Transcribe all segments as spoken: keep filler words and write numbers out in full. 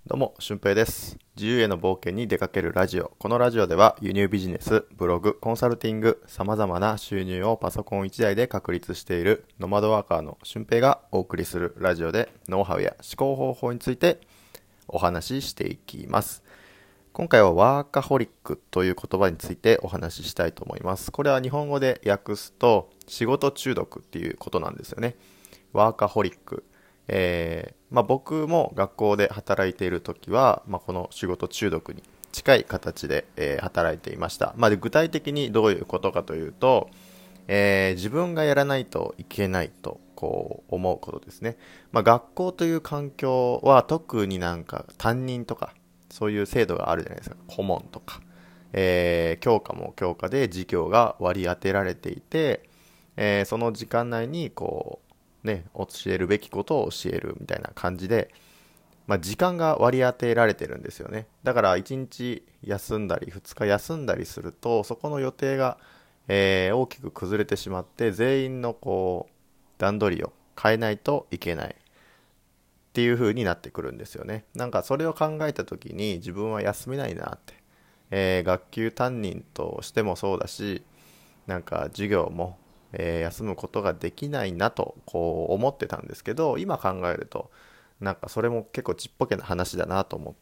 どうも、俊平です。自由への冒険に出かけるラジオ。このラジオでは輸入ビジネス、ブログ、コンサルティング、様々な収入をパソコン一台で確立しているノマドワーカーの俊平がお送りするラジオでノウハウや思考方法についてお話ししていきます。今回はワーカホリックという言葉についてお話ししたいと思います。これは日本語で訳すと仕事中毒っていうことなんですよね。ワーカホリック。えーまあ、僕も学校で働いている時は、まあ、この仕事中毒に近い形で、えー働いていました。まあ、で具体的にどういうことかというと、えー自分がやらないといけないとこう思うことですね。まあ、学校という環境は特になんか担任とかそういう制度があるじゃないですか。顧問とか、えー教科も教科で授業が割り当てられていて、えーその時間内にこうね教えるべきことを教えるみたいな感じで、まあ、時間が割り当てられてるんですよね。だからいちにち休んだりふつか休んだりするとそこの予定が、えー大きく崩れてしまって全員のこう段取りを変えないといけないっていう風になってくるんですよね。なんかそれを考えた時に自分は休めないなって、えー学級担任としてもそうだし、なんか授業も、えー休むことができないなとこう思ってたんですけど、今考えるとなんかそれも結構ちっぽけな話だなと思って、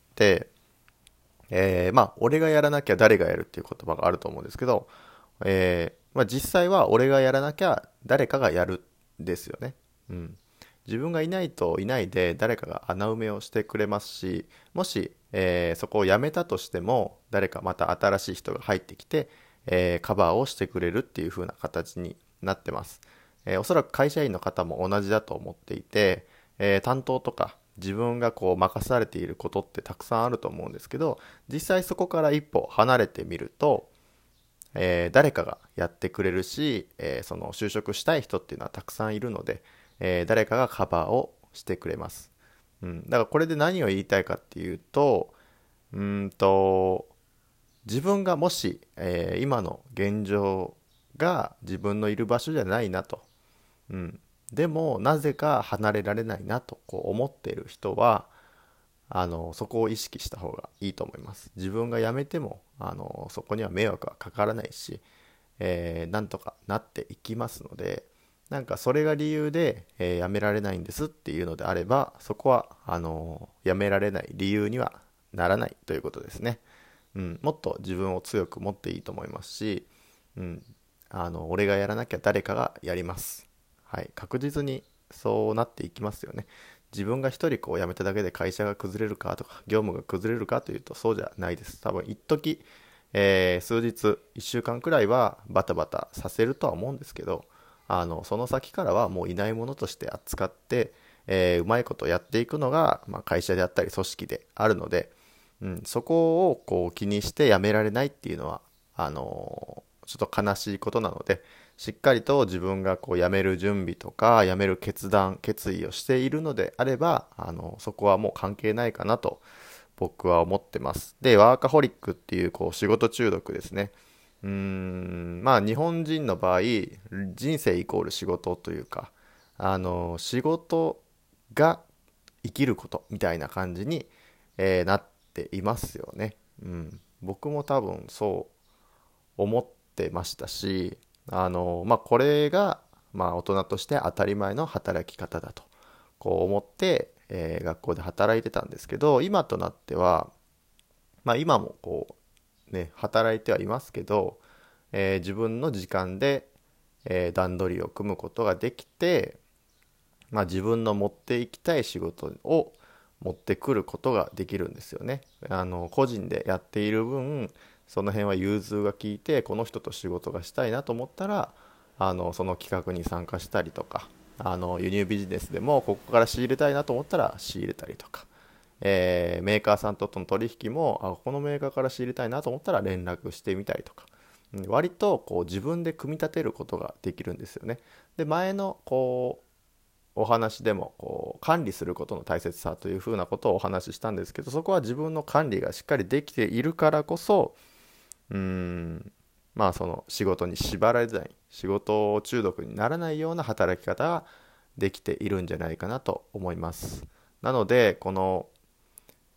えーまあ俺がやらなきゃ誰がやるっていう言葉があると思うんですけど、えーまあ、実際は俺がやらなきゃ誰かがやるんですよね。うん、自分がいないといないで誰かが穴埋めをしてくれますし、もし、えーそこをやめたとしても誰かまた新しい人が入ってきて、えーカバーをしてくれるっていう風な形になってます。えーおそらく会社員の方も同じだと思っていて、えー担当とか自分がこう任されていることってたくさんあると思うんですけど、実際そこから一歩離れてみると、えー誰かがやってくれるし、えーその就職したい人っていうのはたくさんいるので、えー誰かがカバーをしてくれます。うん、だからこれで何を言いたいかっていうと、うーんと、自分がもし、えー今の現状が自分のいる場所じゃないなと。うん。でも、なぜか離れられないなとこう思っている人は、あのそこを意識した方がいいと思います。自分が辞めてもあのそこには迷惑はかからないし、えーなんとかなっていきますので、なんかそれが理由で、えー辞められないんですっていうのであれば、そこはあの辞められない理由にはならないということですね。うん、もっと自分を強く持っていいと思いますし、うん、あの俺がやらなきゃ誰かがやります。はい、確実にそうなっていきますよね。自分が一人こう辞めただけで会社が崩れるかとか業務が崩れるかというとそうじゃないです。多分一時、えー数日いっしゅうかんくらいはバタバタさせるとは思うんですけど、あのその先からはもういないものとして扱って、えーうまいことやっていくのが、まあ、会社であったり組織であるので、うん、そこをこう気にして辞められないっていうのはあのーちょっと悲しいことなので、しっかりと自分がこう辞める準備とか辞める決断決意をしているのであれば、あのそこはもう関係ないかなと僕は思ってます。で、ワーカホリックっていうこう仕事中毒ですね。うーん、まあ日本人の場合、人生イコール仕事というか、あの仕事が生きることみたいな感じに、えーなっていますよね。うん、僕も多分そう思ってましたし、あのまあこれがまあ大人として当たり前の働き方だとこう思って、えー学校で働いてたんですけど、今となっては、まあ今もこうね働いてはいますけど、えー自分の時間で、えー段取りを組むことができて、まあ、自分の持っていきたい仕事を持ってくることができるんですよね。あの個人でやっている分その辺は融通が利いて、この人と仕事がしたいなと思ったらあのその企画に参加したりとか、あの輸入ビジネスでもここから仕入れたいなと思ったら仕入れたりとか、えーメーカーさんとの取引もあこのメーカーから仕入れたいなと思ったら連絡してみたりとか、うん割とこう自分で組み立てることができるんですよね。で前のこうお話でもこう管理することの大切さというふうなことをお話ししたんですけど、そこは自分の管理がしっかりできているからこそ、うーんまあその仕事に縛られない、仕事中毒にならないような働き方ができているんじゃないかなと思います。なのでこの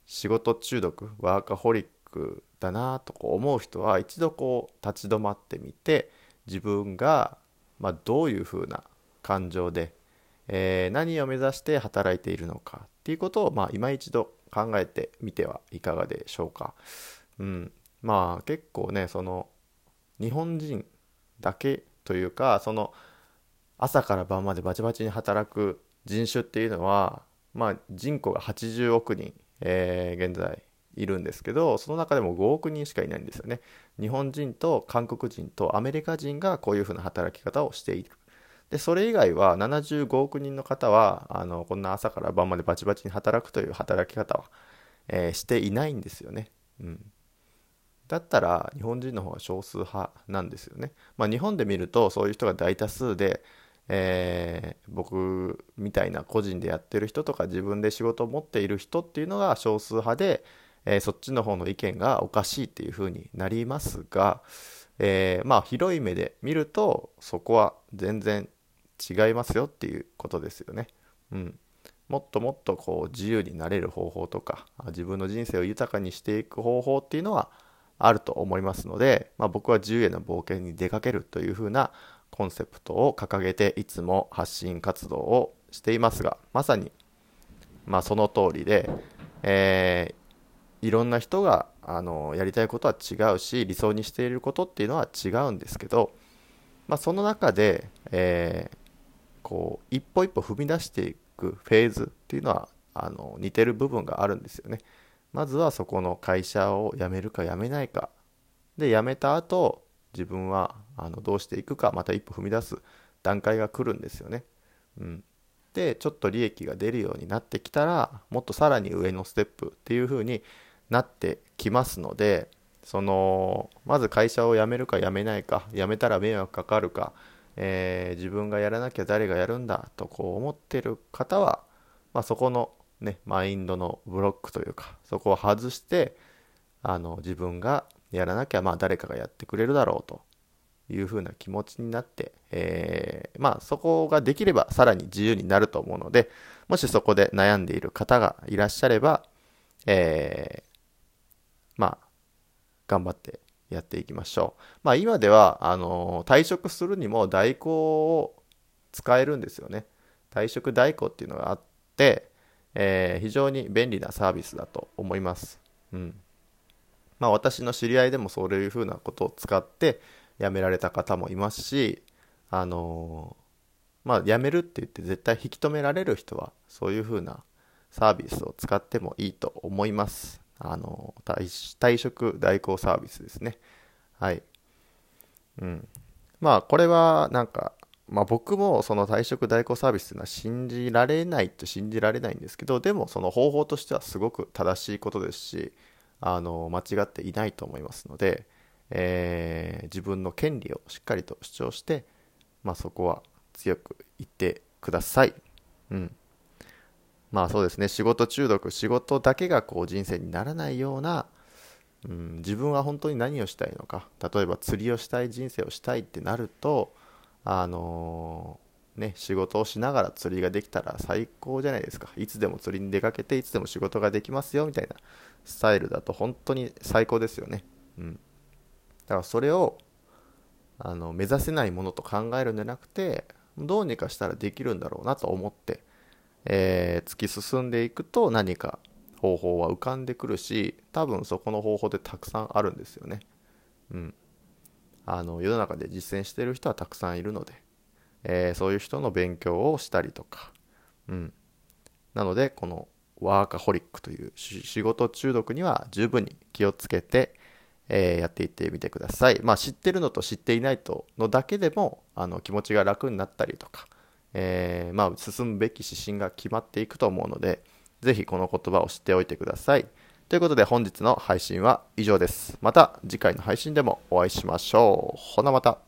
仕事中毒、ワーカホリックだなとこう思う人は一度こう立ち止まってみて、自分がまあどういうふうな感情で、えー何を目指して働いているのかっていうことをまあ今一度考えてみてはいかがでしょうか。うん、まあ結構ね、その日本人だけというか、その朝から晩までバチバチに働く人種っていうのは、まあ、人口がはちじゅうおくにん、えー現在いるんですけど、その中でもごおく人しかいないんですよね。日本人と韓国人とアメリカ人がこういうふうな働き方をしている。で、それ以外はななじゅうごおく人の方は、あの、こんな朝から晩までバチバチに働くという働き方は、えーしていないんですよね。うん。だったら日本人の方が少数派なんですよね。まあ、日本で見るとそういう人が大多数で、えー僕みたいな個人でやってる人とか自分で仕事を持っている人っていうのが少数派で、えーそっちの方の意見がおかしいっていう風になりますが、えーまあ広い目で見るとそこは全然違いますよっていうことですよね。うん。もっともっとこう自由になれる方法とか、自分の人生を豊かにしていく方法っていうのはあると思いますので、まあ、僕は自由への冒険に出かけるというふうなコンセプトを掲げていつも発信活動をしていますが、まさにまあその通りで、えーいろんな人があのやりたいことは違うし、理想にしていることっていうのは違うんですけど、まあ、その中で、えーこう一歩一歩踏み出していくフェーズっていうのはあの似てる部分があるんですよね。まずはそこの会社を辞めるか辞めないかで、辞めた後自分はあのどうしていくか、また一歩踏み出す段階が来るんですよね。うん、でちょっと利益が出るようになってきたら、もっとさらに上のステップっていう風になってきますので、そのまず会社を辞めるか辞めないか、辞めたら迷惑かかるか、えー自分がやらなきゃ誰がやるんだとこう思ってる方は、まあ、そこのねマインドのブロックというか、そこを外して、あの自分がやらなきゃまあ誰かがやってくれるだろうという風な気持ちになって、えーまあそこができればさらに自由になると思うので、もしそこで悩んでいる方がいらっしゃれば、えーまあ頑張ってやっていきましょう。まあ今ではあの退職するにも代行を使えるんですよね。退職代行っていうのがあって、えー非常に便利なサービスだと思います。うん。まあ私の知り合いでもそういうふうなことを使って辞められた方もいますし、あのーまあ辞めるって言って絶対引き止められる人はそういうふうなサービスを使ってもいいと思います。あのー退退職代行サービスですね。はい。うん。まあこれはなんか、まあ僕もその退職代行サービスというのは信じられないと信じられないんですけど、でもその方法としてはすごく正しいことですし、あの間違っていないと思いますので、えー自分の権利をしっかりと主張して、まあそこは強く言ってください。うん。まあそうですね、仕事中毒、仕事だけがこう人生にならないような、うん、自分は本当に何をしたいのか、例えば釣りをしたい人生をしたいってなると、あのーね、仕事をしながら釣りができたら最高じゃないですか。いつでも釣りに出かけていつでも仕事ができますよみたいなスタイルだと本当に最高ですよね。うん。だからそれをあの目指せないものと考えるんじゃなくて、どうにかしたらできるんだろうなと思って、えー突き進んでいくと何か方法は浮かんでくるし、多分そこの方法でたくさんあるんですよね。うん。あの世の中で実践している人はたくさんいるので、えーそういう人の勉強をしたりとか、うん。なのでこのワーカホリックというし仕事中毒には十分に気をつけて、えーやっていってみてください。まあ知ってるのと知っていないとのだけでもあの気持ちが楽になったりとか、えーまあ進むべき指針が決まっていくと思うので、ぜひこの言葉を知っておいてください。ということで本日の配信は以上です。また次回の配信でもお会いしましょう。ほなまた。